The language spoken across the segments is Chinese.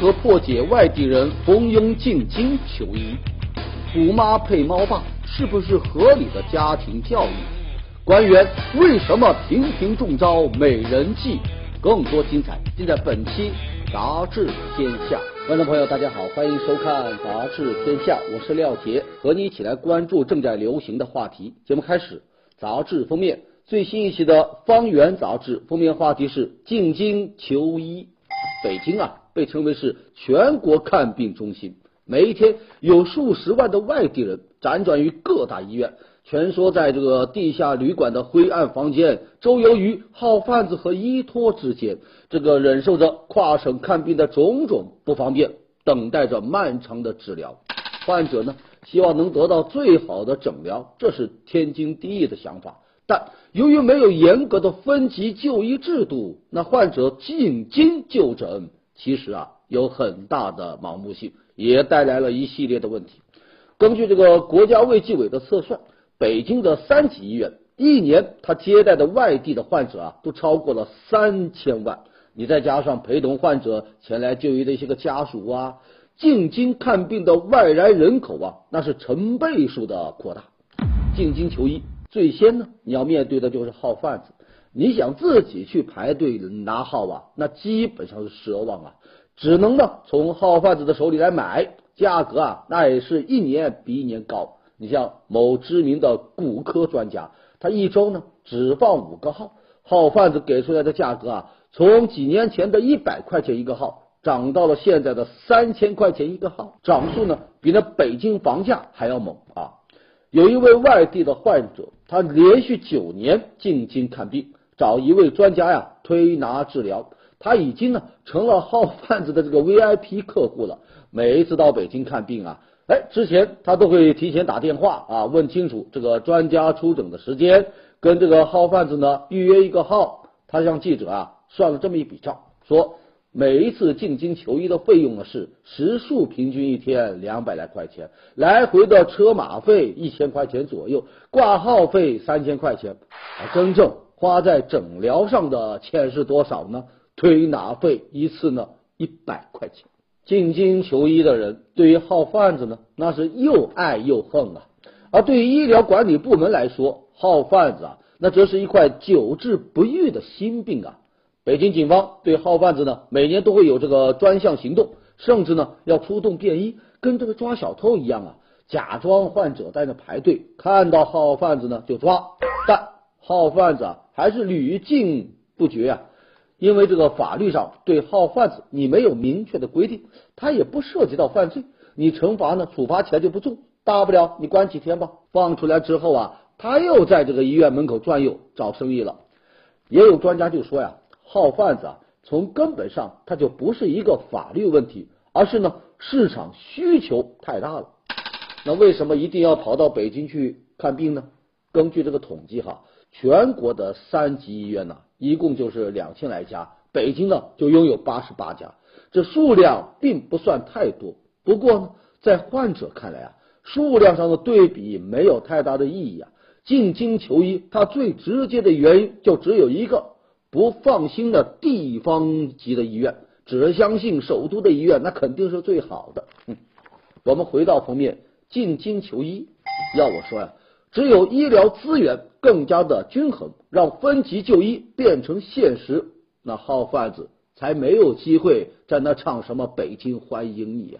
何破解外地人蜂拥进京求医？虎妈配猫爸是不是合理的家庭教育？官员为什么频频中招美人计？更多精彩尽在本期杂志天下。观众朋友大家好，欢迎收看杂志天下，我是廖杰，和你一起来关注正在流行的话题。节目开始，杂志封面，最新一期的《方圆》杂志封面话题是进京求医。北京被称为是全国看病中心，每一天有数十万的外地人辗转于各大医院，蜷缩在这个地下旅馆的灰暗房间，周游于号贩子和医托之间，忍受着跨省看病的种种不方便，等待着漫长的治疗。患者呢，希望能得到最好的诊疗，这是天经地义的想法。但由于没有严格的分级就医制度，那患者进京就诊其实有很大的盲目性，也带来了一系列的问题。根据国家卫计委的测算，北京的3级医院一年他接待的外地的患者都超过了3000万。你再加上陪同患者前来就医的一些个家属进京看病的外来人口那是成倍数的扩大。进京求医最先呢，你要面对的就是号贩子。你想自己去排队拿号那基本上是奢望只能呢从号贩子的手里来买，价格那也是一年比一年高。你像某知名的骨科专家，他一周呢只放5个号，号贩子给出来的价格从几年前的100块钱一个号涨到了现在的3000块钱一个号，涨速呢比那北京房价还要猛有一位外地的患者，他连续9年进京看病，找一位专家推拿治疗，他已经呢成了号贩子的VIP 客户了。每一次到北京看病之前他都会提前打电话问清楚专家出诊的时间，跟号贩子呢预约一个号。他向记者算了这么一笔账，说每一次进京求医的费用呢是时数平均一天200来块钱，来回的车马费1000块钱左右，挂号费3000块钱，真正花在诊疗上的钱是多少呢？推拿费一次呢100块钱。进京求医的人对于号贩子呢，那是又爱又恨而对于医疗管理部门来说，号贩子那则是一块久治不愈的心病北京警方对号贩子呢，每年都会有专项行动，甚至呢要出动便衣，跟抓小偷一样假装患者在那排队，看到号贩子呢就抓。但号贩子还是屡禁不绝因为法律上对号贩子你没有明确的规定，他也不涉及到犯罪，你惩罚呢处罚起来就不重，大不了你关几天吧。放出来之后他又在医院门口转悠找生意了。也有专家就说号贩子从根本上它就不是一个法律问题，而是呢市场需求太大了。那为什么一定要跑到北京去看病呢？根据统计全国的3级医院一共就是2000来家，北京呢就拥有88家，这数量并不算太多。不过呢，在患者看来数量上的对比没有太大的意义进京求医，它最直接的原因就只有一个，不放心的地方级的医院，只相信首都的医院那肯定是最好的。我们回到封面，进京求医，要我说只有医疗资源更加的均衡，让分级就医变成现实，那号贩子才没有机会在那唱什么北京欢迎你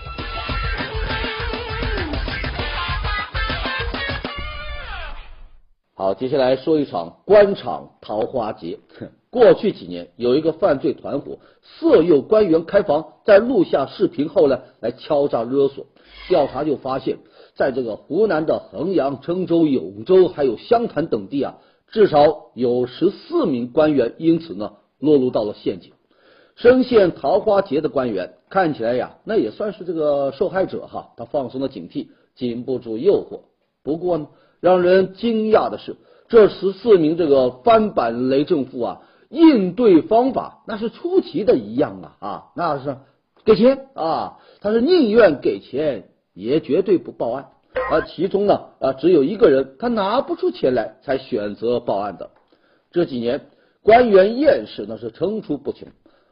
好，接下来说一场官场桃花劫。过去几年有一个犯罪团伙色诱官员开房，在录下视频后呢来敲诈勒索。调查就发现，在湖南的衡阳、郴州、永州还有湘潭等地至少有14名官员因此呢落入到了陷阱。深陷桃花劫的官员看起来那也算是受害者他放松了警惕，经不住诱惑。不过呢，让人惊讶的是，这14名翻版雷政富应对方法那是出奇的一样那是给钱他是宁愿给钱也绝对不报案。而其中呢只有一个人他拿不出钱来才选择报案的。这几年官员厌事那是层出不穷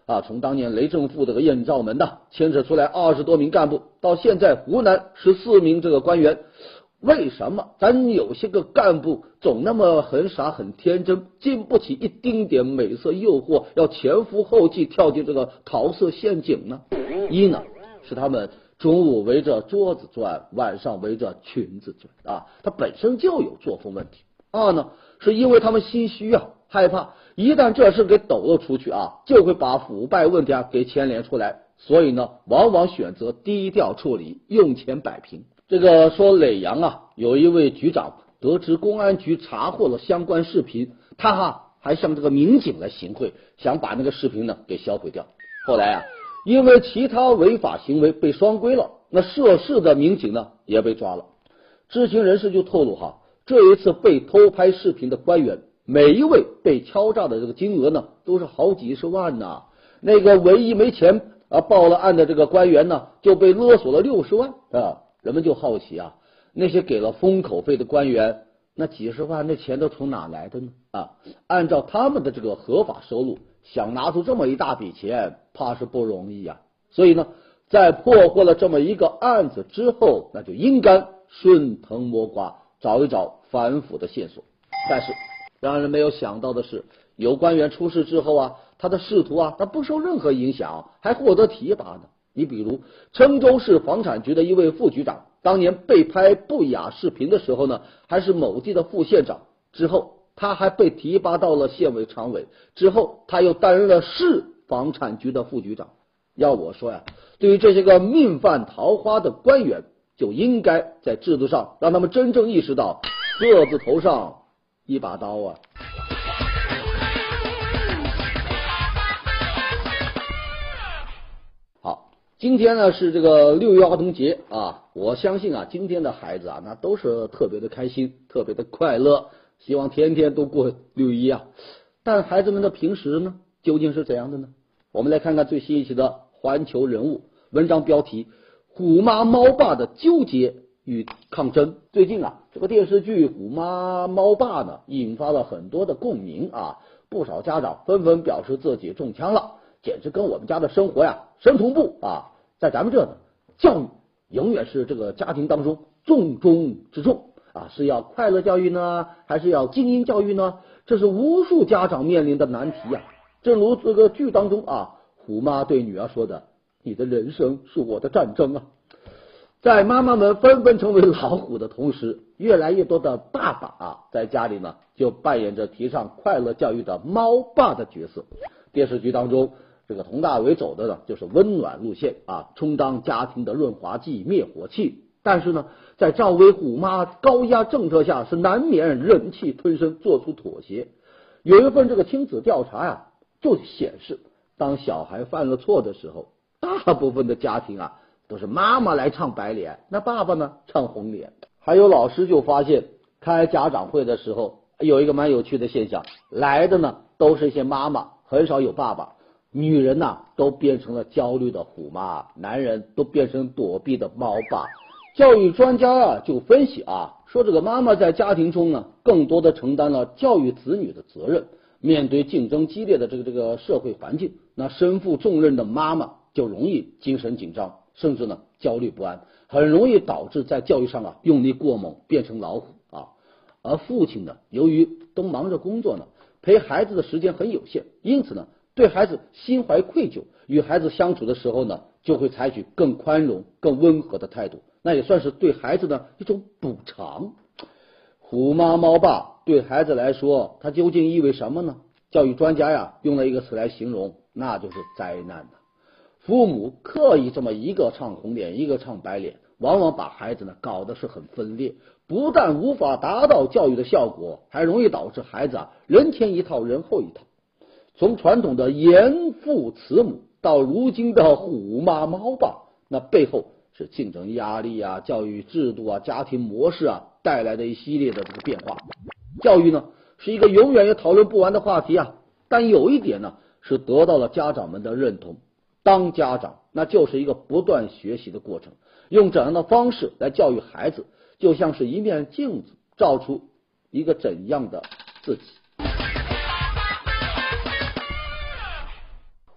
啊，从当年雷政富这个艳照门呐，牵扯出来20多名干部，到现在湖南14名这个官员。为什么咱有些个干部总那么很傻很天真，经不起一丁点美色诱惑，要前赴后继跳进这个桃色陷阱呢？一呢是他们中午围着桌子转，晚上围着裙子转啊，他本身就有作风问题。二呢是因为他们心虚啊，害怕一旦这事给抖露出去啊，就会把腐败问题给牵连出来，所以呢往往选择低调处理，用钱摆平。这个说耒阳啊，有一位局长得知公安局查获了相关视频，他还向这个民警来行贿，想把那个视频呢给销毁掉。后来啊，因为其他违法行为被双规了，那涉事的民警呢也被抓了。知情人士就透露这一次被偷拍视频的官员，每一位被敲诈的这个金额呢都是好几十万呢。那个唯一没钱报了案的这个官员呢，就被勒索了60万啊。人们就好奇那些给了封口费的官员，那几十万那钱都从哪来的呢？按照他们的这个合法收入，想拿出这么一大笔钱，怕是不容易呀。所以呢，在破获了这么一个案子之后，那就应该顺藤摸瓜，找一找反腐的线索。但是让人没有想到的是，有官员出事之后他的仕途他不受任何影响，还获得提拔呢。你比如郴州市房产局的一位副局长，当年被拍不雅视频的时候呢，还是某地的副县长，之后他还被提拔到了县委常委，之后他又担任了市房产局的副局长。要我说对于这些个命犯桃花的官员，就应该在制度上让他们真正意识到色字头上一把刀今天呢是这个6月儿童节我相信今天的孩子那都是特别的开心，特别的快乐，希望天天都过6·1但孩子们的平时呢究竟是怎样的呢？我们来看看最新一期的环球人物，文章标题：虎妈猫爸的纠结与抗争。最近这个电视剧虎妈猫爸呢引发了很多的共鸣不少家长纷纷表示自己中枪了，简直跟我们家的生活神同步在咱们这呢，教育永远是这个家庭当中重中之重是要快乐教育呢，还是要精英教育呢？这是无数家长面临的难题正如这个剧当中虎妈对女儿说的：“你的人生是我的战争在妈妈们纷纷成为老虎的同时，越来越多的爸爸在家里呢就扮演着提倡快乐教育的猫爸的角色。电视剧当中，这个佟大为走的呢就是温暖路线充当家庭的润滑剂、灭火器。但是呢，在赵薇虎妈高压政策下，是难免忍气吞声，做出妥协。有一份这个亲子调查就显示，当小孩犯了错的时候，大部分的家庭都是妈妈来唱白脸，那爸爸呢唱红脸。还有老师就发现，开家长会的时候有一个蛮有趣的现象，来的呢都是一些妈妈，很少有爸爸。女人都变成了焦虑的虎妈，男人都变成躲避的猫爸。教育专家就分析说这个妈妈在家庭中呢，更多的承担了教育子女的责任。面对竞争激烈的这个社会环境，那身负重任的妈妈就容易精神紧张，甚至呢焦虑不安，很容易导致在教育上用力过猛，变成老虎而父亲呢，由于都忙着工作呢，陪孩子的时间很有限，因此呢对孩子心怀愧疚，与孩子相处的时候呢，就会采取更宽容、更温和的态度，那也算是对孩子的一种补偿。虎妈猫爸对孩子来说，它究竟意味什么呢？教育专家用了一个词来形容，那就是灾难父母刻意这么一个唱红脸，一个唱白脸，往往把孩子呢搞得是很分裂，不但无法达到教育的效果，还容易导致孩子人前一套，人后一套。从传统的严父慈母到如今的虎妈猫爸，那背后是竞争压力教育制度家庭模式带来的一系列的这个变化。教育呢是一个永远也讨论不完的话题但有一点呢是得到了家长们的认同，当家长那就是一个不断学习的过程，用怎样的方式来教育孩子，就像是一面镜子，照出一个怎样的自己。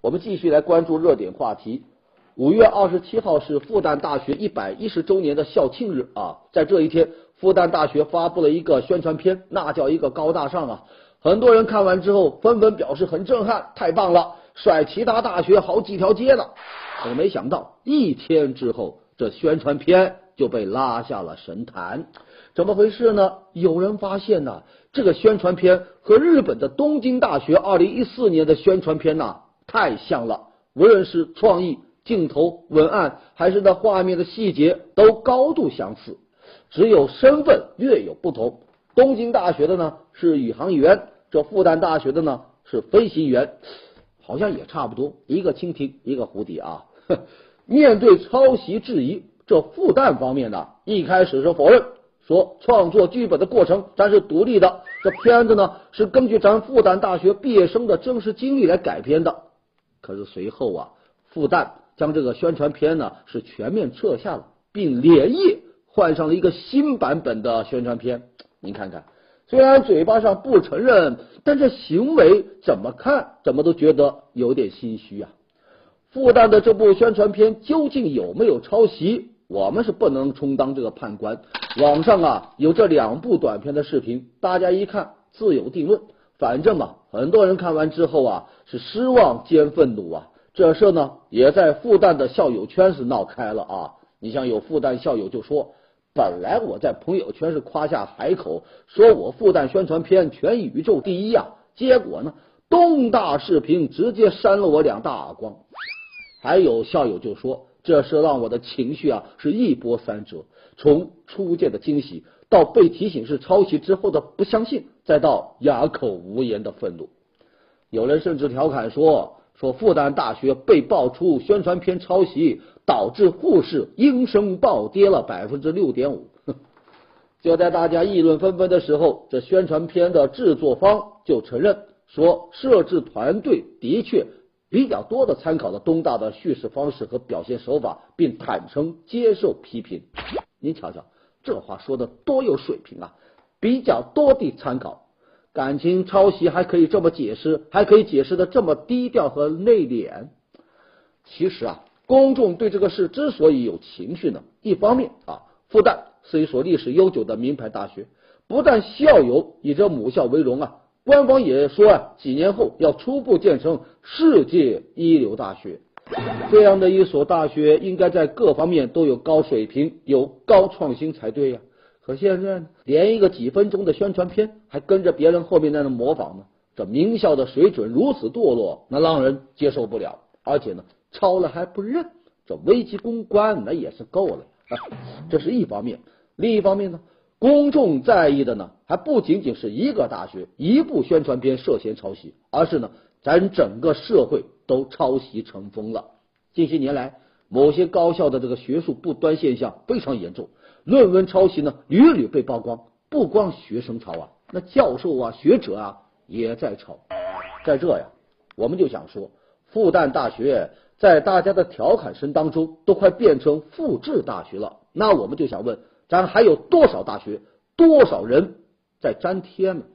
我们继续来关注热点话题。5月27号是复旦大学110周年的校庆日啊，在这一天，复旦大学发布了一个宣传片，那叫一个高大上啊！很多人看完之后纷纷表示很震撼，太棒了，甩其他大学好几条街呢。可没想到一天之后，这宣传片就被拉下了神坛。怎么回事呢？有人发现呢，这个宣传片和日本的东京大学2014年的宣传片呢太像了，无论是创意、镜头、文案，还是那画面的细节都高度相似，只有身份略有不同。东京大学的呢是宇航员，这复旦大学的呢是飞行员，好像也差不多，一个蜻蜓一个蝴蝶啊。面对抄袭质疑，这复旦方面呢一开始是否认，说创作剧本的过程咱是独立的，这片子呢是根据咱复旦大学毕业生的真实经历来改编的。可是随后啊，复旦将这个宣传片呢是全面撤下了，并连夜换上了一个新版本的宣传片。您看看，虽然嘴巴上不承认，但这行为怎么看怎么都觉得有点心虚啊。复旦的这部宣传片究竟有没有抄袭，我们是不能充当这个判官。网上啊有这2部短片的视频，大家一看自有定论。反正嘛，很多人看完之后啊是失望兼愤怒啊。这事呢也在复旦的校友圈是闹开了啊。你像有复旦校友就说，本来我在朋友圈是夸下海口，说我复旦宣传片全宇宙第一啊，结果呢东大视频直接扇了我2大耳光。还有校友就说，这是让我的情绪啊是一波三折，从初见的惊喜到被提醒是抄袭之后的不相信，再到哑口无言的愤怒。有人甚至调侃说复旦大学被爆出宣传片抄袭，导致护士应声暴跌了 6.5%。 就在大家议论纷纷的时候，这宣传片的制作方就承认说，摄制团队的确比较多的参考了东大的叙事方式和表现手法，并坦诚接受批评。您瞧瞧，这话说的多有水平啊！比较多地参考，感情抄袭还可以这么解释，还可以解释的这么低调和内敛。其实啊，公众对这个事之所以有情绪呢，一方面啊，复旦是一所历史悠久的名牌大学，不但校友以这母校为荣啊，官方也说啊，几年后要初步建成世界一流大学。这样的一所大学应该在各方面都有高水平，有高创新才对呀。可现在呢，连一个几分钟的宣传片还跟着别人后面在那模仿呢，这名校的水准如此堕落，那让人接受不了。而且呢，抄了还不认，这危机公关那也是够了啊。这是一方面。另一方面呢，公众在意的呢，还不仅仅是一个大学一部宣传片涉嫌抄袭，而是呢，咱整个社会都抄袭成风了。近些年来，某些高校的这个学术不端现象非常严重，论文抄袭呢屡屡被曝光。不光学生抄啊，那教授啊学者啊也在抄。在这呀，我们就想说，复旦大学在大家的调侃声当中都快变成复制大学了。那我们就想问，咱还有多少大学多少人在粘贴呢？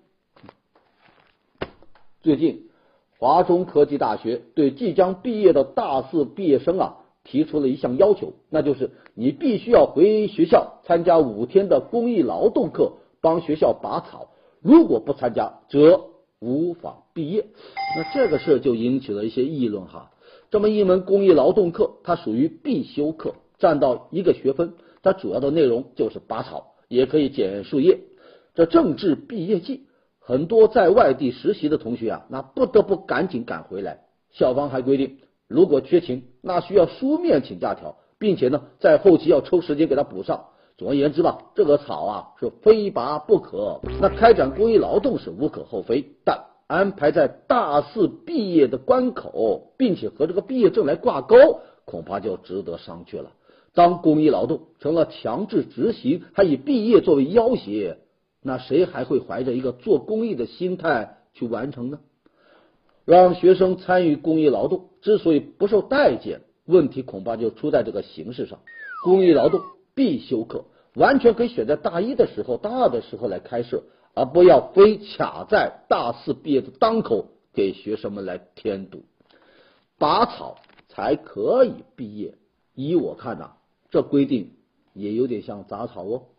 最近华中科技大学对即将毕业的大4毕业生啊提出了一项要求，那就是你必须要回学校参加5天的公益劳动课，帮学校拔草，如果不参加则无法毕业。那这个事就引起了一些议论哈。这么一门公益劳动课，它属于必修课，占到1个学分，它主要的内容就是拔草，也可以捡树叶。这正值毕业季，很多在外地实习的同学啊，那不得不赶紧赶回来。校方还规定，如果缺勤，那需要书面请假条，并且呢，在后期要抽时间给他补上。总而言之吧，这个草啊是非拔不可。那开展公益劳动是无可厚非，但安排在大4毕业的关口，并且和这个毕业证来挂钩，恐怕就值得商榷了。当公益劳动成了强制执行，还以毕业作为要挟，那谁还会怀着一个做公益的心态去完成呢？让学生参与公益劳动之所以不受待见，问题恐怕就出在这个形式上。公益劳动必修课完全可以选在大1的时候、大2的时候来开设，而不要非卡在大4毕业的当口给学生们来添堵。 拔草才可以毕业。依我看呐，这规定也有点像杂草哦。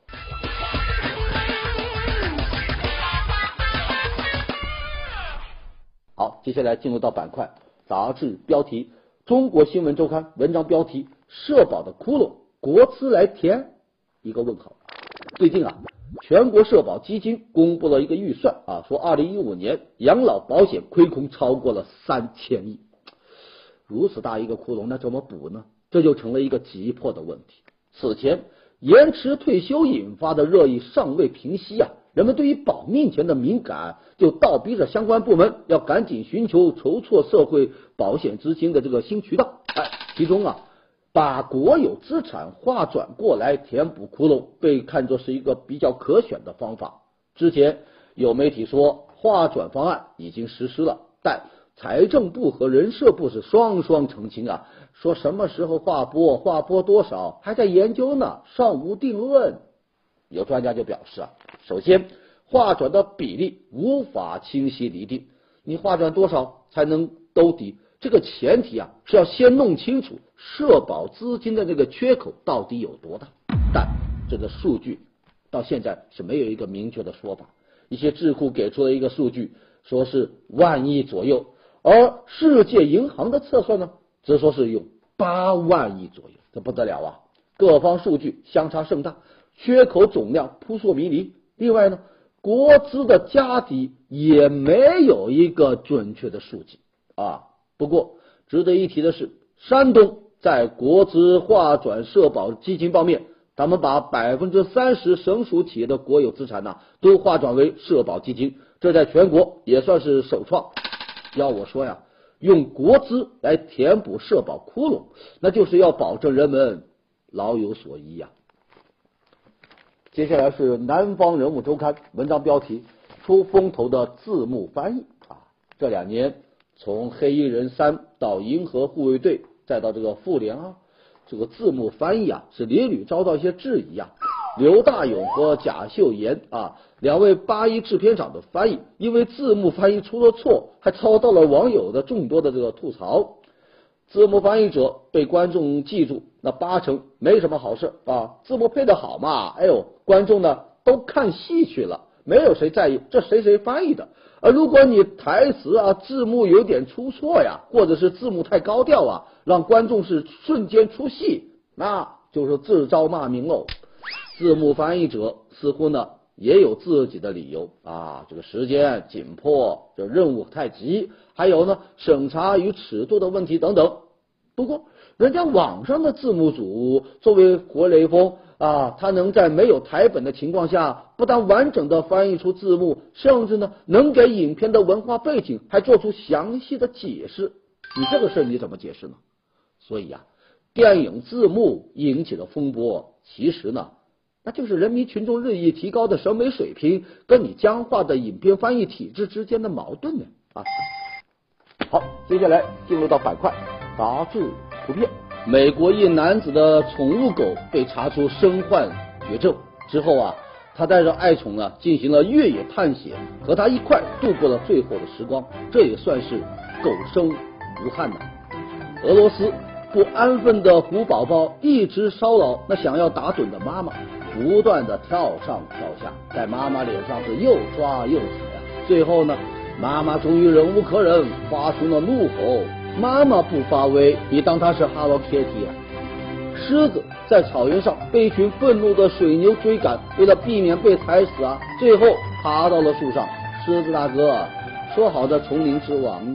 好，接下来进入到板块，杂志标题：中国新闻周刊文章标题：社保的窟窿，国资来填？一个问号。最近啊，全国社保基金公布了一个预算啊，说2015年养老保险亏空超过了3000亿。如此大一个窟窿，那怎么补呢？这就成了一个急迫的问题。此前延迟退休引发的热议尚未平息啊，人们对于保命钱的敏感就倒逼着相关部门要赶紧寻求筹措社会保险资金的这个新渠道。其中啊，把国有资产划转过来填补窟窿被看作是一个比较可选的方法。之前有媒体说划转方案已经实施了，但财政部和人社部是双双澄清啊，说什么时候划拨多少还在研究呢，尚无定论。有专家就表示啊，首先划转的比例无法清晰厘定，你划转多少才能兜底？这个前提啊是要先弄清楚社保资金的这个缺口到底有多大，但这个数据到现在是没有一个明确的说法。一些智库给出了一个数据，说是10000亿左右，而世界银行的测算呢，则说是有8万亿左右，这不得了啊！各方数据相差甚大，缺口总量扑朔迷离。另外呢，国资的家底也没有一个准确的数据啊。不过值得一提的是，山东在国资划转社保基金方面，他们把30%省属企业的国有资产都划转为社保基金，这在全国也算是首创。要我说呀，用国资来填补社保窟窿，那就是要保证人们老有所依呀。接下来是南方人物周刊文章标题：出风头的字幕翻译啊，这2年从黑衣人3到银河护卫队，再到这个复联啊，这个字幕翻译啊是屡屡遭到一些质疑啊。刘大勇和贾秀妍啊2位81制片厂的翻译，因为字幕翻译出了错，还遭到了网友的众多的这个吐槽。字幕翻译者被观众记住，那80%没什么好事啊，字幕配得好嘛，哎呦，观众呢都看戏去了，没有谁在意这谁翻译的。而如果你台词啊字幕有点出错呀，或者是字幕太高调啊，让观众是瞬间出戏，那就是自招骂名喽。字幕翻译者似乎呢也有自己的理由啊，这个时间紧迫，这任务太急，还有呢审查与尺度的问题等等。不过人家网上的字幕组作为活雷锋啊，他能在没有台本的情况下，不但完整的翻译出字幕，甚至呢能给影片的文化背景还做出详细的解释。你这个事你怎么解释呢？所以啊，电影字幕引起的风波，其实呢那就是人民群众日益提高的审美水平跟你僵化的影片翻译体制之间的矛盾呢啊。好，接下来进入到板块杂志图片。美国一男子的宠物狗被查出身患绝症之后啊，他带着爱宠呢进行了越野探险，和他一块度过了最后的时光，这也算是狗生无憾呐。俄罗斯不安分的虎宝宝一直骚扰那想要打盹的妈妈，不断的跳上跳下，在妈妈脸上是又抓又扯呀。最后呢，妈妈终于忍无可忍，发出了怒吼。妈妈不发威，你当她是 Hello Kitty 啊？狮子在草原上被一群愤怒的水牛追赶，为了避免被踩死啊，最后爬到了树上。狮子大哥，说好的丛林之王。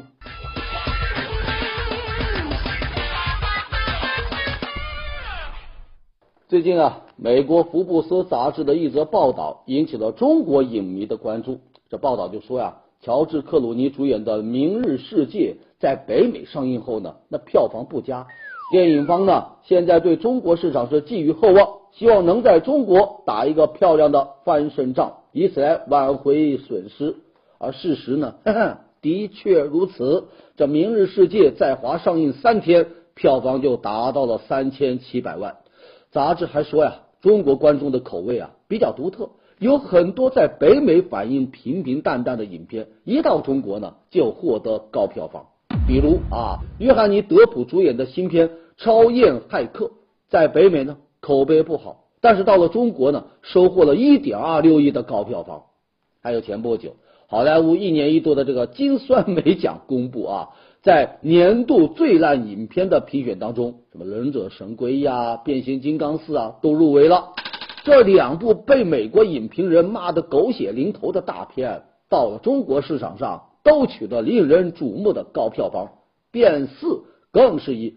最近啊，美国福布斯杂志的一则报道引起了中国影迷的关注。这报道就说呀，乔治·克鲁尼主演的《明日世界》在北美上映后呢，那票房不佳。电影方呢，现在对中国市场是寄予厚望，希望能在中国打一个漂亮的翻身仗，以此来挽回损失。而事实呢，的确如此。这《明日世界》在华上映3天，票房就达到了3700万。杂志还说呀，中国观众的口味啊比较独特，有很多在北美反应平平淡淡的影片，一到中国呢就获得高票房。 比如约翰尼·德普主演的新片《超验骇客》在北美呢口碑不好，但是到了中国呢收获了1.26亿的高票房。还有前不久好莱坞1年1度的这个金酸梅奖公布在年度最烂影片的评选当中，什么忍者神龟变形金刚4都入围了。这2部被美国影评人骂得狗血淋头的大片，到了中国市场上都取得令人瞩目的高票房，变4更是以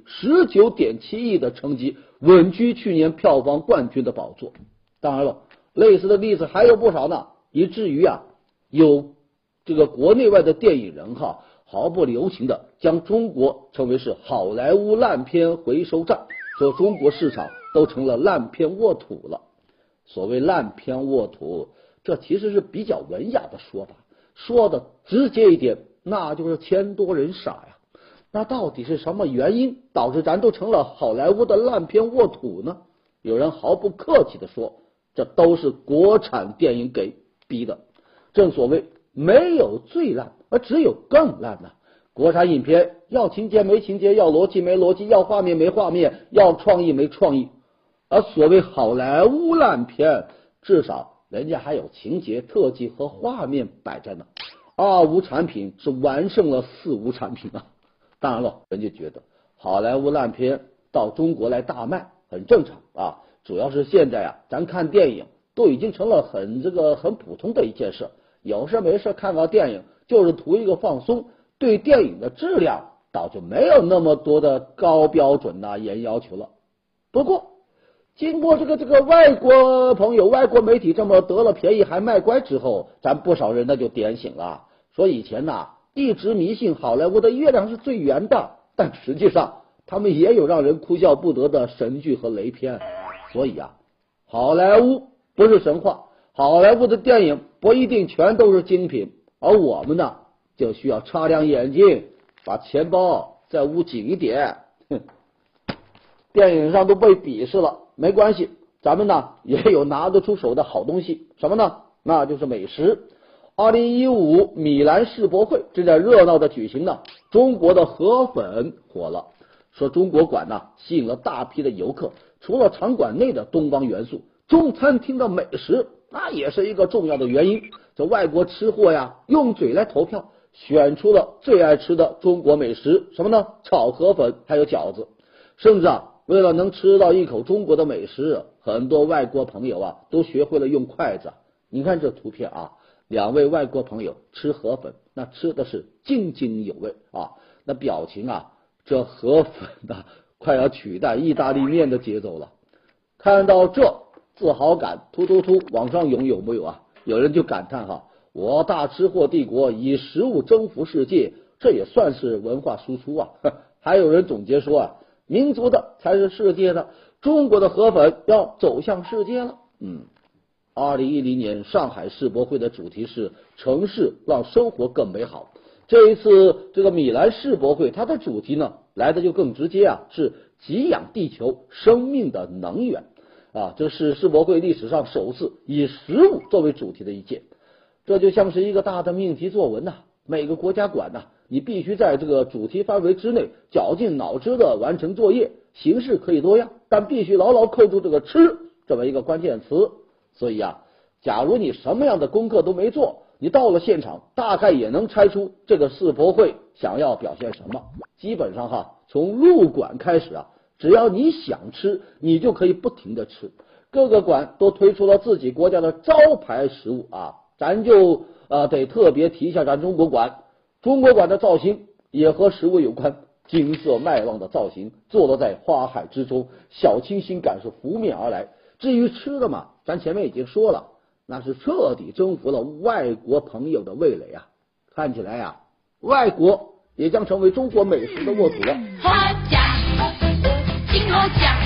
19.7亿的成绩稳居去年票房冠军的宝座。当然了，类似的例子还有不少呢，以至于有这个国内外的电影人毫不留情的将中国称为是好莱坞烂片回收站，说中国市场都成了烂片沃土了。所谓烂片沃土，这其实是比较文雅的说法，说的直接一点，那就是钱多人傻呀。那到底是什么原因导致咱都成了好莱坞的烂片沃土呢？有人毫不客气的说，这都是国产电影给逼的。正所谓没有最烂，而只有更烂呢。国产影片要情节没情节，要逻辑没逻辑，要画面没画面，要创意没创意。而所谓好莱坞烂片，至少人家还有情节、特技和画面摆在那。2无产品是完胜了4无产品啊。当然了，人家觉得好莱坞烂片到中国来大卖很正常主要是现在咱看电影都已经成了很普通的一件事，有事没事看个电影就是图一个放松，对电影的质量倒就没有那么多的高标准严要求了。不过经过这个外国朋友、外国媒体这么得了便宜还卖乖之后，咱不少人那就点醒了，说以前一直迷信好莱坞的月亮是最圆的，但实际上他们也有让人哭笑不得的神剧和雷片。所以好莱坞不是神话，好莱坞的电影不一定全都是精品，而我们呢就需要擦亮眼睛，把钱包再捂紧一点。电影上都被鄙视了，没关系，咱们呢也有拿得出手的好东西。什么呢？那就是美食。2015米兰世博会正在热闹的举行呢，中国的河粉火了，说中国馆吸引了大批的游客，除了场馆内的东方元素，中餐厅的美食那也是一个重要的原因。这外国吃货用嘴来投票，选出了最爱吃的中国美食，什么呢？炒河粉还有饺子。甚至为了能吃到一口中国的美食，很多外国朋友都学会了用筷子。你看这图片2位外国朋友吃河粉，那吃的是津津有味那表情这河粉快要取代意大利面的节奏了。看到这自豪感突往上涌，有没有有人就感叹我大吃货帝国以食物征服世界，这也算是文化输出还有人总结说民族的才是世界的，中国的河粉要走向世界了。2010年上海世博会的主题是城市让生活更美好。这一次这个米兰世博会，它的主题呢来的就更直接是给养地球生命的能源这是世博会历史上首次以食物作为主题的一届。这就像是一个大的命题作文每个国家馆你必须在这个主题范围之内绞尽脑汁的完成作业，形式可以多样，但必须牢牢扣住这个吃这么一个关键词。所以假如你什么样的功课都没做，你到了现场大概也能猜出这个世博会想要表现什么。基本上从入馆开始只要你想吃，你就可以不停的吃。各个馆都推出了自己国家的招牌食物咱就得特别提一下咱中国馆。中国馆的造型也和食物有关，金色麦浪的造型坐落在花海之中，小清新感是拂面而来。至于吃的嘛，咱前面已经说了，那是彻底征服了外国朋友的味蕾看起来外国也将成为中国美食的沃土了。花甲金锣奖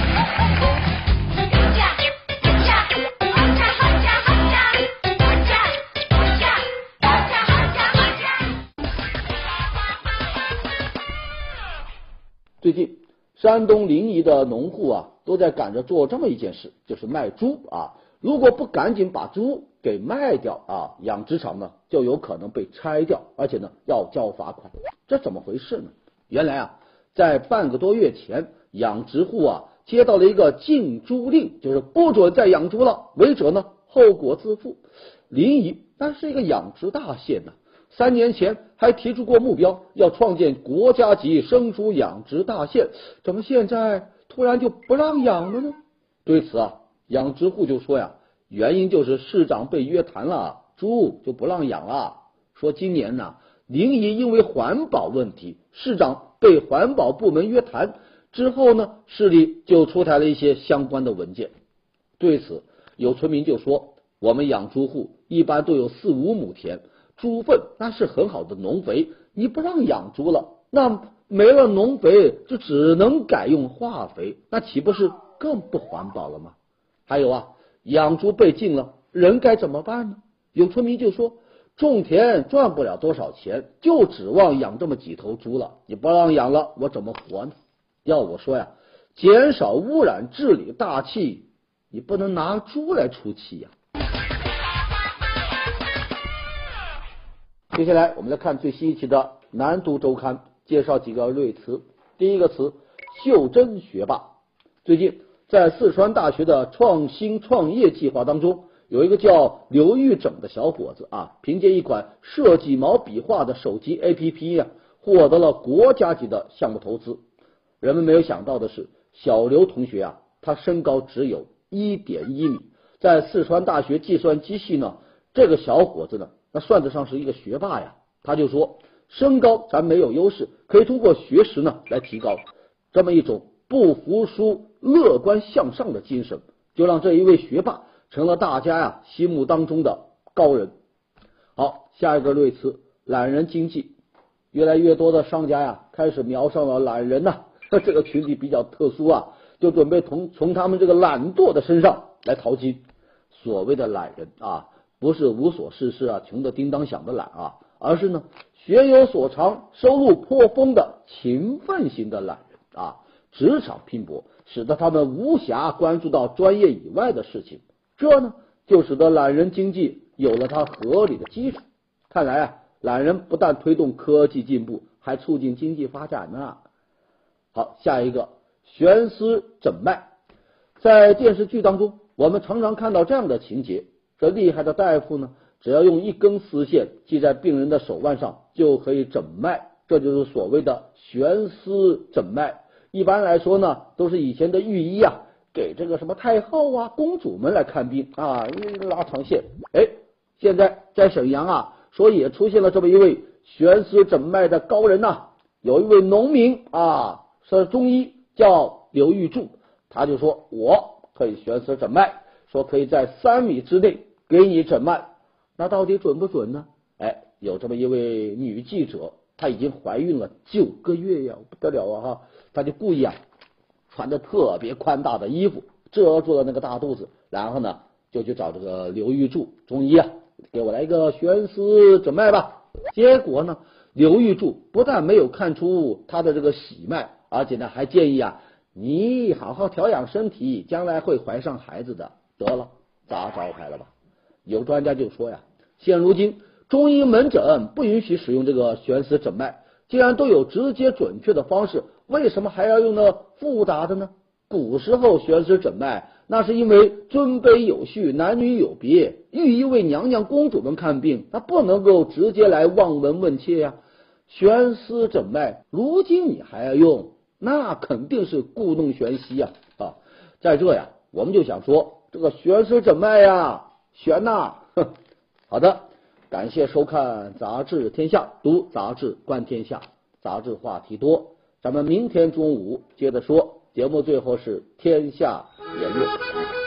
最近山东临沂的农户都在赶着做这么一件事，就是卖猪如果不赶紧把猪给卖掉养殖场呢就有可能被拆掉，而且呢要交罚款。这怎么回事呢？ 原来啊，在半个多月前，养殖户啊接到了一个禁猪令，就是不准再养猪了，违者呢后果自负。临沂那是一个养殖大县呐，3年前还提出过目标，要创建国家级生猪养殖大县，怎么现在突然就不让养了呢？对此啊，养殖户就说呀，原因就是市长被约谈了，猪就不让养了。说今年呢，临沂因为环保问题，市长被环保部门约谈之后呢，市里就出台了一些相关的文件。对此，有村民就说，我们养猪户一般都有4、5亩田，猪粪那是很好的农肥，你不让养猪了，那没了农肥就只能改用化肥，那岂不是更不环保了吗？还有啊，养猪被禁了，人该怎么办呢？有村民就说，种田赚不了多少钱，就指望养这么几头猪了，你不让养了，我怎么活呢？要我说呀，减少污染治理大气，你不能拿猪来出气呀。接下来我们来看最新一期的南都周刊，介绍几个锐词。第一个词，袖珍学霸。最近在四川大学的创新创业计划当中，有一个叫刘玉整的小伙子啊，凭借一款设计毛笔画的手机 APP 获得了国家级的项目投资。人们没有想到的是，小刘同学啊，他身高只有1.1米，在四川大学计算机系呢，这个小伙子呢，那算得上是一个学霸呀。他就说，身高咱没有优势，可以通过学识呢来提高。这么一种不服输、乐观向上的精神，就让这一位学霸成了大家心目当中的高人。好，下一个锐词，懒人经济。越来越多的商家开始瞄上了懒人这个群体比较特殊就准备从他们这个懒惰的身上来淘金。所谓的懒人不是无所事事穷得叮当响的懒而是呢学有所长、收入颇丰的勤奋型的懒人职场拼搏使得他们无暇关注到专业以外的事情，这呢就使得懒人经济有了它合理的基础。看来懒人不但推动科技进步，还促进经济发展呢。好，下一个，悬丝诊脉。在电视剧当中，我们常常看到这样的情节，这厉害的大夫呢，只要用一根丝线系在病人的手腕上，就可以诊脉，这就是所谓的悬丝诊脉。一般来说呢，都是以前的御医给这个什么太后公主们来看病拉长线。现在在沈阳说也出现了这么一位悬丝诊脉的高人有一位农民是中医叫刘玉柱，他就说我可以悬丝诊脉，说可以在3米之内给你诊脉。那到底准不准呢？有这么一位女记者，她已经怀孕了9个月呀，不得了她就故意穿的特别宽大的衣服遮住了那个大肚子，然后呢就去找这个刘玉柱中医给我来一个悬丝诊脉吧。结果呢，刘玉柱不但没有看出他的这个喜脉，而且呢还建议你好好调养身体，将来会怀上孩子的。得了，砸招牌了吧？有专家就说现如今中医门诊不允许使用这个悬丝诊脉，既然都有直接准确的方式，为什么还要用那复杂的呢？古时候悬丝诊脉，那是因为尊卑有序，男女有别，御医为娘娘公主们看病，那不能够直接来望闻问切悬丝诊脉如今你还要用，那肯定是故弄玄虚在这我们就想说，这个悬丝诊脉悬好的，感谢收看杂志天下，读杂志观天下，杂志话题多，咱们明天中午接着说。节目最后是天下言论。